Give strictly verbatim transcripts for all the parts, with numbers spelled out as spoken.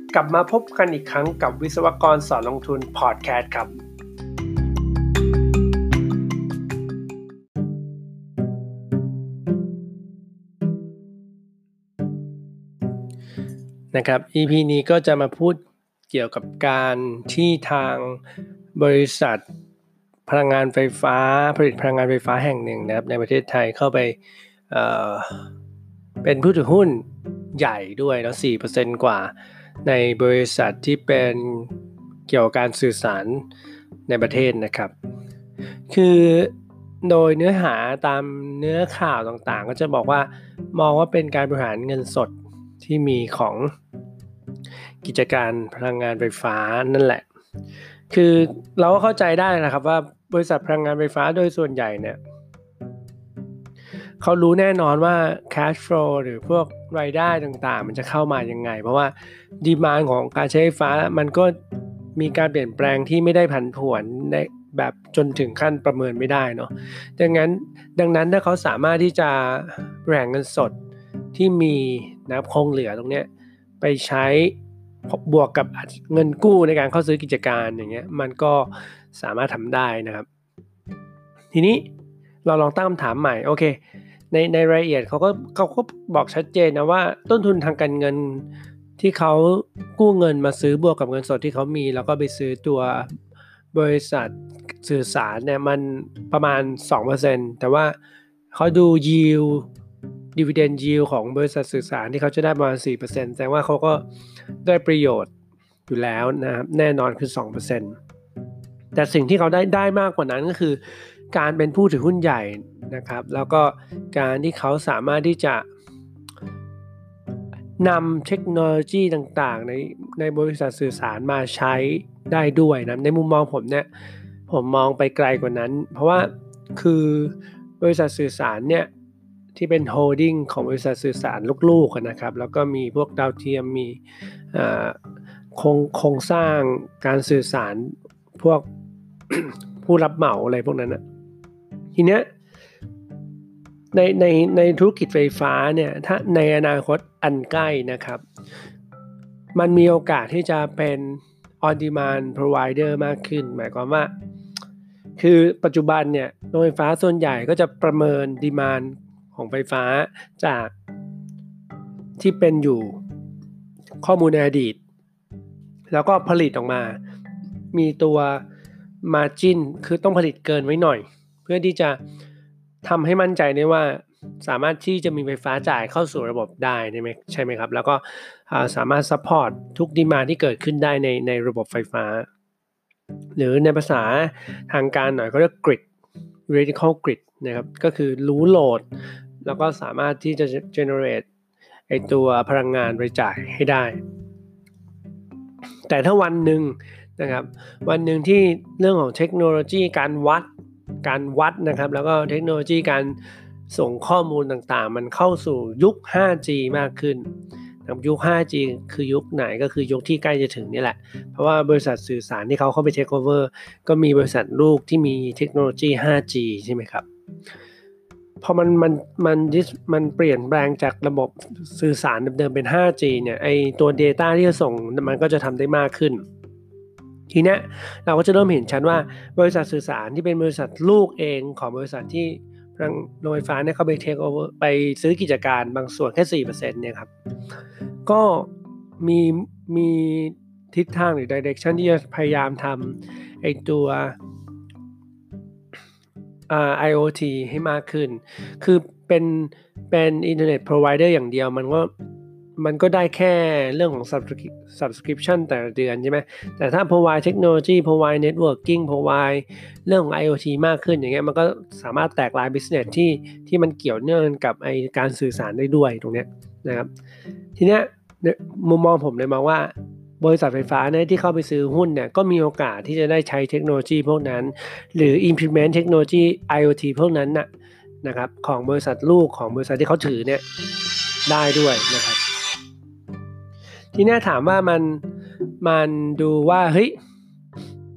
กลับมาพบกันอีกครั้งกับวิศวกรสอนลงทุนพอดแคสต์ครับนะครับ อี พี นี้ก็จะมาพูดเกี่ยวกับการที่ทางบริษัทพลังงานไฟฟ้าผลิตพลังงานไฟฟ้าแห่งหนึ่งนะครับในประเทศไทยเข้าไปเอ่อเป็นผู้ถือหุ้นใหญ่ด้วยแล้ว สี่เปอร์เซ็นต์ กว่าในบริษัทที่เป็นเกี่ยวกับการสื่อสารในประเทศนะครับคือโดยเนื้อหาตามเนื้อข่าวต่างๆก็จะบอกว่ามองว่าเป็นการบริหารเงินสดที่มีของกิจการพลังงานไฟฟ้านั่นแหละคือเราก็เข้าใจได้นะครับว่าบริษัทพลังงานไฟฟ้าโดยส่วนใหญ่เนี่ยเขารู้แน่นอนว่า cash flow หรือพวกรายได้ต่างๆมันจะเข้ามายังไงเพราะว่าดีมานด์ของการใช้ไฟฟ้ามันก็มีการเปลี่ยนแปลงที่ไม่ได้ผันผวนในแบบจนถึงขั้นประเมินไม่ได้เนาะดังนั้นดังนั้นถ้าเขาสามารถที่จะแบ่งเงินสดที่มีนะครับคงเหลือตรงเนี้ยไปใช้บวกกับเงินกู้ในการเข้าซื้อกิจการอย่างเงี้ยมันก็สามารถทำได้นะครับทีนี้เราลองตั้งคำถามใหม่โอเคในในรายละเอียดเขาก็เขาก็บอกชัดเจนนะว่าต้นทุนทางการเงินที่เขากู้เงินมาซื้อบวกกับเงินสดที่เขามีแล้วก็ไปซื้อตัวบริษัทสื่อสารเนี่ยมันประมาณ สองเปอร์เซ็นต์ แต่ว่าเขาดู yield dividend yield ของบริษัทสื่อสารที่เขาจะได้ประมาณ สี่เปอร์เซ็นต์ แสดงว่าเขาก็ได้ประโยชน์อยู่แล้วนะครับแน่นอนคือ สองเปอร์เซ็นต์ แต่สิ่งที่เขาได้ได้มากกว่านั้นก็คือการเป็นผู้ถือหุ้นใหญ่นะครับแล้วก็การที่เขาสามารถที่จะนำเทคโนโลยีต่างๆในในบริษัทสื่อสารมาใช้ได้ด้วยนะในมุมมองผมเนี่ยผมมองไปไกลกว่านั้นเพราะว่าคือบริษัทสื่อสารเนี่ยที่เป็นโฮลดิ้งของบริษัทสื่อสารลูกๆนะครับแล้วก็มีพวกดาวเทียมมีโครงโครงสร้างการสื่อสารพวก ผู้รับเหมาอะไรพวกนั้นนะทีเนี้ยในในในธุรกิจไฟฟ้าเนี่ยถ้าในอนาคตอันใกล้นะครับมันมีโอกาสที่จะเป็น on demand provider มากขึ้นหมายความว่าคือปัจจุบันเนี่ยโรงไฟฟ้าส่วนใหญ่ก็จะประเมิน demand ของไฟฟ้าจากที่เป็นอยู่ข้อมูลในอดีตแล้วก็ผลิตออกมามีตัว margin คือต้องผลิตเกินไว้หน่อยเพื่อที่จะทำให้มั่นใจได้ว่าสามารถที่จะมีไฟฟ้าจ่ายเข้าสู่ระบบได้ใช่ไหมครับแล้วก็สามารถซัพพอร์ตทุกดีมานด์ที่เกิดขึ้นได้ในในระบบไฟฟ้าหรือในภาษาทางการหน่อยก็เรียก grid vertical grid นะครับก็คือรู้โหลดแล้วก็สามารถที่จะ generate ไอตัวพลังงานไปจ่ายให้ได้แต่ถ้าวันหนึ่งนะครับวันหนึ่งที่เรื่องของเทคโนโลยีการวัดการวัดนะครับแล้วก็เทคโนโลยีการส่งข้อมูลต่างๆมันเข้าสู่ยุค ไฟว์จี มากขึ้นนะครับยุค ไฟว์จี คือยุคไหนก็คือยุคที่ใกล้จะถึงนี่แหละเพราะว่าบริษัทสื่อสารที่เขาเข้าไปเทคโอเวอร์ก็มีบริษัทลูกที่มีเทคโนโลยี ไฟว์จี ใช่ไหมครับพอมันมันมันมันเปลี่ยนแปลงจากระบบสื่อสารเดิมๆเป็น ไฟว์จี เนี่ยไอตัว data ที่จะส่งมันก็จะทำได้มากขึ้นทีนี้เราก็จะเริ่มเห็นชัดว่าบริษัทสื่อสารที่เป็นบริษัทลูกเองของบริษัทที่โรงไฟฟ้าเนี่ยเขาไปเทคโอเวอร์ไปซื้อกิจการบางส่วนแค่ สี่เปอร์เซ็นต์ เนี่ยครับก็มีมีทิศทางหรือ direction ที่จะพยายามทำไอตัวอ่า IoT ให้มากขึ้นคือเป็นเป็นอินเทอร์เน็ต provider อย่างเดียวมันก็มันก็ได้แค่เรื่องของ subscription แต่ละเดือนใช่ไหมแต่ถ้า provide technology provide networking provide เรื่องของ IoT มากขึ้นอย่างเงี้ยมันก็สามารถแตกลาย business ที่ที่มันเกี่ยวเนื่องกับไอการสื่อสารได้ด้วยตรงเนี้ยนะครับทีเนี้ยมุมมองผมเลยมองว่าบริษัทไฟฟ้าเนี่ยที่เข้าไปซื้อหุ้นเนี่ยก็มีโอกาสที่จะได้ใช้เทคโนโลยีพวกนั้นหรือ implement เทคโนโลยี IoT พวกนั้นนะนะครับของบริษัทลูกของบริษัทที่เขาถือเนี่ยได้ด้วยนะครับทีนี้ถามว่ามันมันดูว่าเฮ้ย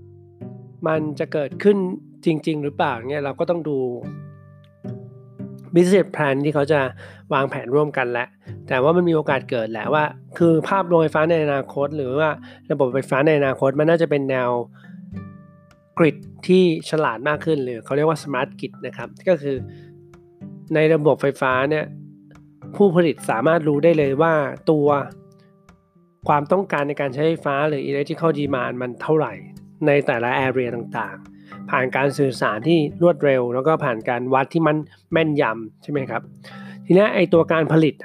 มันจะเกิดขึ้นจริงๆหรือเปล่าเนี่ยเราก็ต้องดู business plan ที่เขาจะวางแผนร่วมกันแล้วแต่ว่ามันมีโอกาสเกิดแหละว่าคือภาพโรงไฟฟ้าในอนาคตหรือว่าระบบไฟฟ้าในอนาคตมันน่าจะเป็นแนวกริดที่ฉลาดมากขึ้นหรือเขาเรียกว่า smart grid นะครับก็คือในระบบไฟฟ้าเนี่ยผู้ผลิตสามารถรู้ได้เลยว่าตัวความต้องการในการใช้ไฟฟ้าหรือ electrical demand มันเท่าไหร่ในแต่ละ area ต่างๆผ่านการสื่อสารที่รวดเร็วแล้วก็ผ่านการวัดที่มันแม่นยำใช่ไหมครับทีนี้ไอตัวการผลิต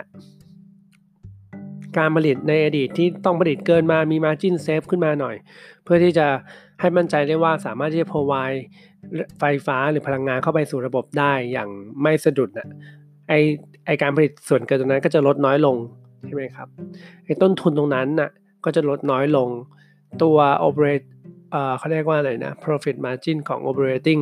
การผลิตในอดีตที่ต้องผลิตเกินมามี margin safe ขึ้นมาหน่อยเพื่อที่จะให้มั่นใจได้ว่าสามารถที่จะ provide ไฟฟ้าหรือพลังงานเข้าไปสู่ระบบได้อย่างไม่สะดุดนะไอไอการผลิตส่วนเกินตรงนั้นก็จะลดน้อยลงใช่ไหมครับไอต้นทุนตรงนั้นน่ะก็จะลดน้อยลงตัว operate เอ่อเขาเรียกว่าอะไรนะ profit margin ของ operating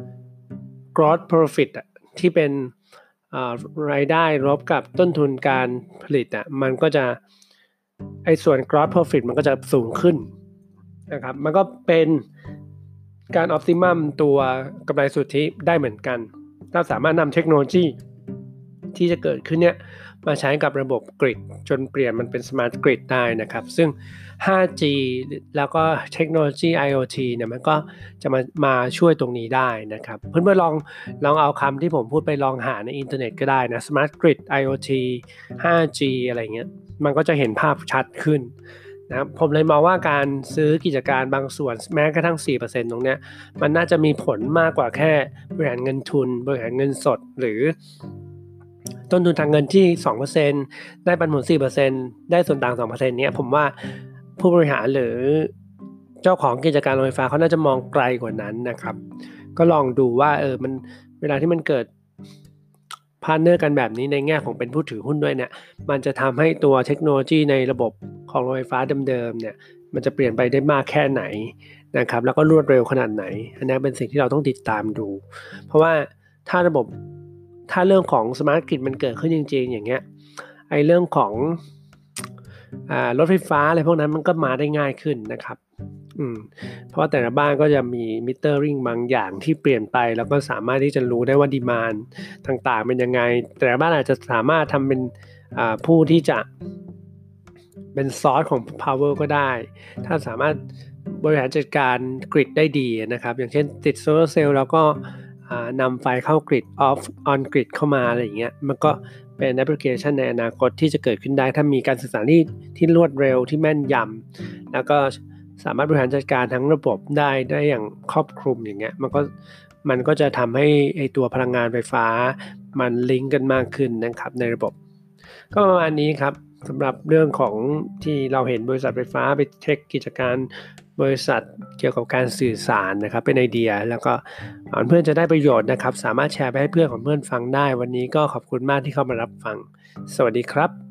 gross profit อ่ะที่เป็นรายได้ลบกับต้นทุนการผลิตอ่ะมันก็จะไอ้ส่วน gross profit มันก็จะสูงขึ้นนะครับมันก็เป็นการ optimum ตัวกำไรสุทธิได้เหมือนกันถ้าสามารถนำเทคโนโลยีที่จะเกิดขึ้นเนี่ยมาใช้กับระบบกริดจนเปลี่ยนมันเป็น smart grid ได้นะครับซึ่ง ไฟว์จี แล้วก็เทคโนโลยี IoT เนี่ยมันก็จะมามาช่วยตรงนี้ได้นะครับเพื่อนๆลองลองเอาคำที่ผมพูดไปลองหาในอินเทอร์เน็ตก็ได้นะ smart grid IoT ไฟว์จี อะไรเงี้ยมันก็จะเห็นภาพชัดขึ้นนะผมเลยมองว่าการซื้อกิจการบางส่วนแม้กระทั่ง สี่เปอร์เซ็นต์ ตรงเนี้ยมันน่าจะมีผลมากกว่าแค่บริหารเงินทุนบริหารเงินสดหรือต้นทุนทางเงินที่ สองเปอร์เซ็นต์ ได้ปันผล สี่เปอร์เซ็นต์ ได้ส่วนต่าง สองเปอร์เซ็นต์ เนี้ยผมว่าผู้บริหารหรือเจ้าของกิจการโรงไฟฟ้าเขาน่าจะมองไกลกว่านั้นนะครับก็ลองดูว่าเออมันเวลาที่มันเกิดพาร์ทเนอร์กันแบบนี้ในแง่ของเป็นผู้ถือหุ้นด้วยเนี่ยมันจะทำให้ตัวเทคโนโลยีในระบบของโรงไฟฟ้าเดิมๆเนี่ยมันจะเปลี่ยนไปได้มากแค่ไหนนะครับแล้วก็รวดเร็วขนาดไหนอันนี้เป็นสิ่งที่เราต้องติดตามดูเพราะว่าถ้าระบบถ้าเรื่องของ Smart Grid มันเกิดขึ้นจริงๆอย่างเงี้ยไอ้เรื่องของอ่ารถไฟฟ้าอะไรพวกนั้นมันก็มาได้ง่ายขึ้นนะครับอืมเพราะแต่ละบ้านก็จะมีมิเตอร์ริงบางอย่างที่เปลี่ยนไปแล้วก็สามารถที่จะรู้ได้ว่าดีมานด์ต่างๆเป็นยังไงแต่ละบ้านอาจจะสามารถทำเป็นอ่าผู้ที่จะเป็นซอร์สของ power ก็ได้ถ้าสามารถบริหารจัดการกริดได้ดีนะครับอย่างเช่นติดโซลาร์เซลล์แล้วก็นำไฟเข้ากริด off on grid เข้ามาอะไรอย่างเงี้ยมันก็เป็นแอปพลิเคชันในอนาคตที่จะเกิดขึ้นได้ถ้ามีการสื่อสารที่ที่รวดเร็วที่แม่นยำแล้วก็สามารถบริหารจัดการทั้งระบบได้ได้อย่างครอบคลุมอย่างเงี้ยมันก็มันก็จะทำให้ไอตัวพลังงานไฟฟ้ามันลิงก์กันมากขึ้นนะครับในระบบก็ประมาณนี้ครับสำหรับเรื่องของที่เราเห็นบริษัทไฟฟ้าไปเทคกิจการบริษัทเกี่ยวกับการสื่อสารนะครับเป็นไอเดียแล้วก็เพื่อนจะได้ประโยชน์นะครับสามารถแชร์ไปให้เพื่อนของเพื่อนฟังได้วันนี้ก็ขอบคุณมากที่เข้ามารับฟังสวัสดีครับ